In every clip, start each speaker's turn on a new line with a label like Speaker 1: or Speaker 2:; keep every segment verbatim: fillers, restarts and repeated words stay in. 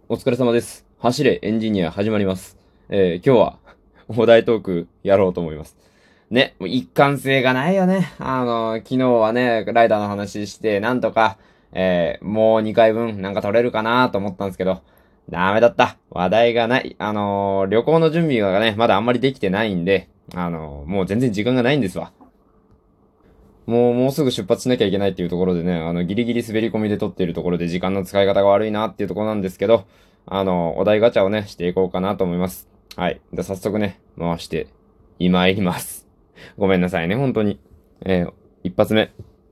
Speaker 1: お疲れ様です。走れエンジニア始まります。えー、今日はお題トークやろうと思います。ね、もう一貫性がないよね。あのー、昨日はね、ライダーの話して、なんとか、えー、もうにかいぶんなんか取れるかなと思ったんですけど、ダメだった。話題がない。あのー、旅行の準備がね、まだあんまりできてないんで、あのー、もう全然時間がないんですわ。もう、もうすぐ出発しなきゃいけないっていうところでね、あの、ギリギリ滑り込みで撮っているところで時間の使い方が悪いなっていうところなんですけど、あの、お題ガチャをね、していこうかなと思います。はい。で、早速ね、回して、今参ります。ごめんなさいね、本当に。えー、一発目。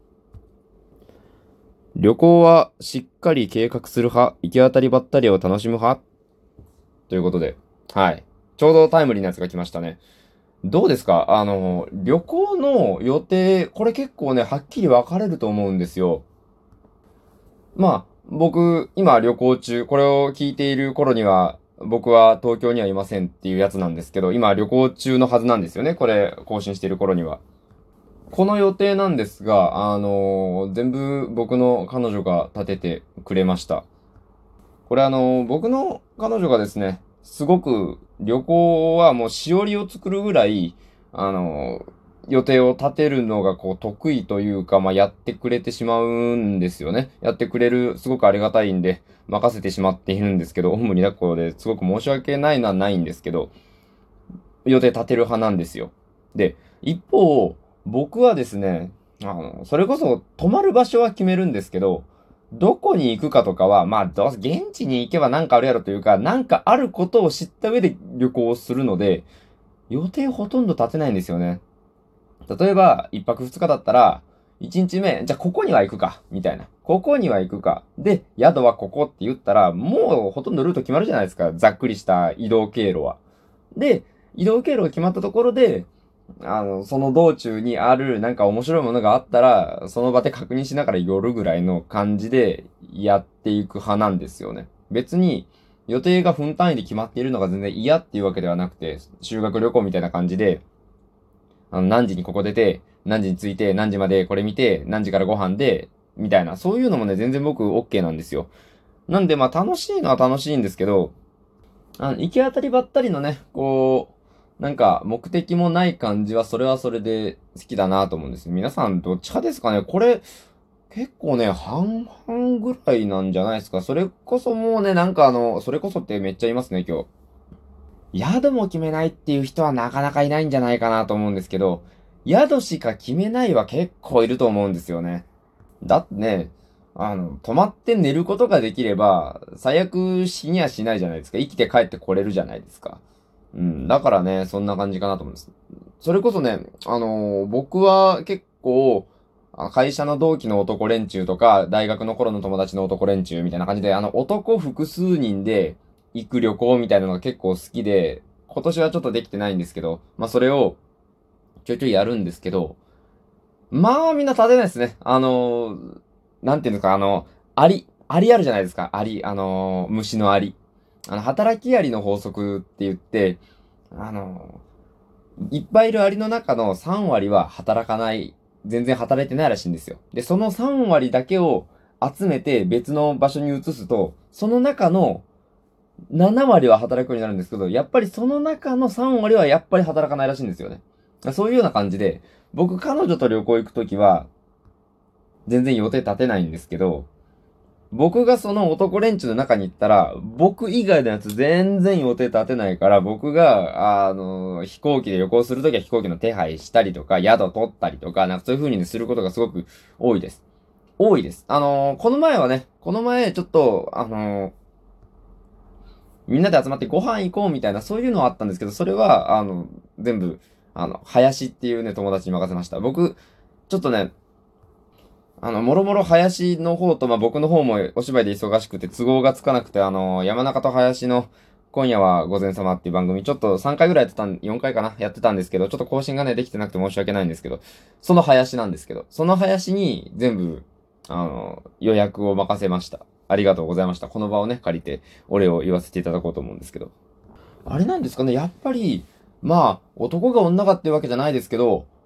Speaker 1: 旅行はしっかり計画する派、行き当たりばったりを楽しむ派ということで、はい。ちょうどタイムリーなやつが来ましたね。どうですかあの、旅行の予定、これ結構ね、はっきり分かれると思うんですよ。まあ、僕、今旅行中、これを聞いている頃には、僕は東京にはいませんっていうやつなんですけど、今旅行中のはずなんですよね。これ、更新している頃には。この予定なんですが、あのー全部僕の彼女が立ててくれました。これあのー僕の彼女がですね、すごく旅行はもうしおりを作るぐらい、あのー予定を立てるのがこう得意というか、まあ、やってくれてしまうんですよね。やってくれる、すごくありがたいんで、任せてしまっているんですけど、おんぶに抱っこですごく申し訳ないのはないんですけど、予定立てる派なんですよ。で、一方、僕はですね、あの、それこそ泊まる場所は決めるんですけど、どこに行くかとかは、まあ、どうせ現地に行けばなんかあるやろというか、なんかあることを知った上で旅行をするので、予定ほとんど立てないんですよね。例えば、一泊二日だったら、一日目、じゃあここには行くか、みたいな。ここには行くか。で、宿はここって言ったら、もうほとんどルート決まるじゃないですか。ざっくりした移動経路は。で、移動経路が決まったところで、あの、その道中にあるなんか面白いものがあったら、その場で確認しながら寄るぐらいの感じでやっていく派なんですよね。別に予定が分単位で決まっているのが全然嫌っていうわけではなくて、修学旅行みたいな感じで、あの、何時にここ出て、何時に着いて、何時までこれ見て、何時からご飯で、みたいな、そういうのもね、全然僕 OK なんですよ。なんで、まあ楽しいのは楽しいんですけど、あの、行き当たりばったりのね、こう、なんか、目的もない感じは、それはそれで好きだなと思うんですよ。皆さん、どっち派ですかねこれ、結構ね、半々ぐらいなんじゃないですか。それこそもうね、なんかあの、それこそってめっちゃいますね、今日。宿も決めないっていう人はなかなかいないんじゃないかなと思うんですけど、宿しか決めないは結構いると思うんですよね。だってね、あの、泊まって寝ることができれば、最悪死にはしないじゃないですか。生きて帰ってこれるじゃないですか。うん。だからね、そんな感じかなと思うんです。それこそね、あのー僕は結構、あ会社の同期の男連中とか、大学の頃の友達の男連中みたいな感じで、あの、男複数人で行く旅行みたいなのが結構好きで、今年はちょっとできてないんですけど、まあそれをちょいちょいやるんですけど、まあみんな立てないですね。あのーなんていうんですか、あの、アリ、アリあるじゃないですか。アリ、あのー虫のアリ。あの、働きアリの法則って言って、あのーいっぱいいるアリの中のさん割は働かない、全然働いてないらしいんですよ。で、そのさん割だけを集めて別の場所に移すと、その中のなな割は働くようになるんですけど、やっぱりその中のさん割はやっぱり働かないらしいんですよね。そういうような感じで、僕彼女と旅行行くときは、全然予定立てないんですけど、僕がその男連中の中に行ったら、僕以外のやつ全然予定立てないから、僕が、あの、飛行機で旅行するときは飛行機の手配したりとか、宿取ったりとか、なんかそういう風にすることがすごく多いです。多いです。あのーこの前はね、この前ちょっと、あのーみんなで集まってご飯行こうみたいな、そういうのはあったんですけど、それは、あの、全部、あの、林っていうね、友達に任せました。僕、ちょっとね、あの、もろもろ林の方と、まあ、僕の方もお芝居で忙しくて都合がつかなくて、あの、山中と林の今夜は午前様っていう番組、ちょっとさんかいぐらいやってたん、よんかいかなやってたんですけど、ちょっと更新がね、できてなくて申し訳ないんですけど、その林なんですけど、その林に全部、あの、予約を任せました。ありがとうございました。この場をね、借りて、お礼を言わせていただこうと思うんですけど。あれなんですかね、やっぱり、まあ、男が女がっていうわけじゃないですけど、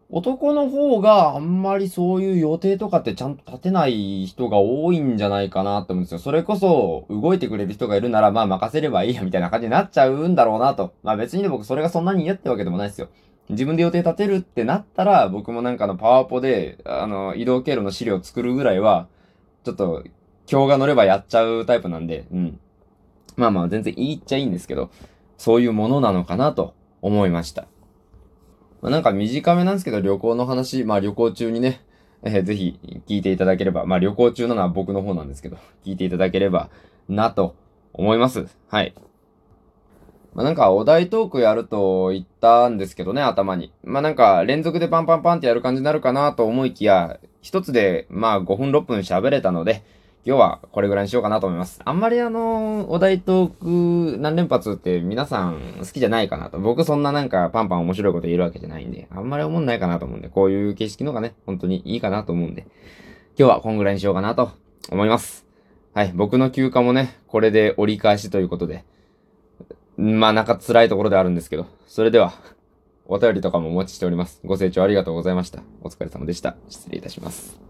Speaker 1: 男の方があんまりそういう予定とかってちゃんと立てない人が多いんじゃないかなって思うんですよ。それこそ動いてくれる人がいるならまあ任せればいいやみたいな感じになっちゃうんだろうなと。まあ別にね僕それがそんなに嫌ってわけでもないですよ。自分で予定立てるってなったら僕もなんかのパワポであの移動経路の資料を作るぐらいはちょっと今日が乗ればやっちゃうタイプなんで、うん。まあまあ全然いいっちゃいいんですけど、そういうものなのかなと思いました。まあ、なんか短めなんですけど、旅行の話、まあ旅行中にね、えーぜひ聞いていただければ、まあ旅行中なのは僕の方なんですけど、聞いていただければなと思います。はい。まあなんかお題トークやると言ったんですけどね、頭に。まあなんか連続でパンパンパンってやる感じになるかなと思いきや、一つでまあごふんろっぷん喋れたので、今日はこれぐらいにしようかなと思います。あんまりあの、お題トーク何連発って皆さん好きじゃないかなと。僕そんななんかパンパン面白いこと言えるわけじゃないんで、あんまり思んないかなと思うんで、こういう形式のがね、本当にいいかなと思うんで、今日はこんぐらいにしようかなと思います。はい、僕の休暇もね、これで折り返しということで、まあなんか辛いところであるんですけど、それでは、お便りとかもお待ちしております。ご清聴ありがとうございました。お疲れ様でした。失礼いたします。